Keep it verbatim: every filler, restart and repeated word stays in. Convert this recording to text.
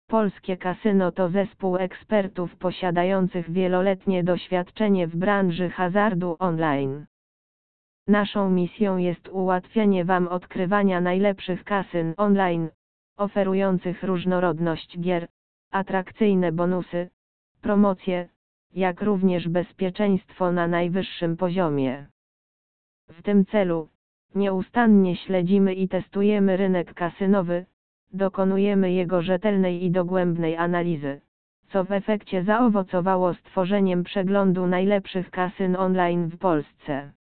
Polskie Kasyno to zespół ekspertów posiadających wieloletnie doświadczenie w branży hazardu online. Naszą misją jest ułatwianie Wam odkrywania najlepszych kasyn online, oferujących różnorodność gier, atrakcyjne bonusy, promocje, jak również bezpieczeństwo na najwyższym poziomie. W tym celu, nieustannie śledzimy i testujemy rynek kasynowy, dokonujemy jego rzetelnej i dogłębnej analizy, co w efekcie zaowocowało stworzeniem przeglądu najlepszych kasyn online w Polsce.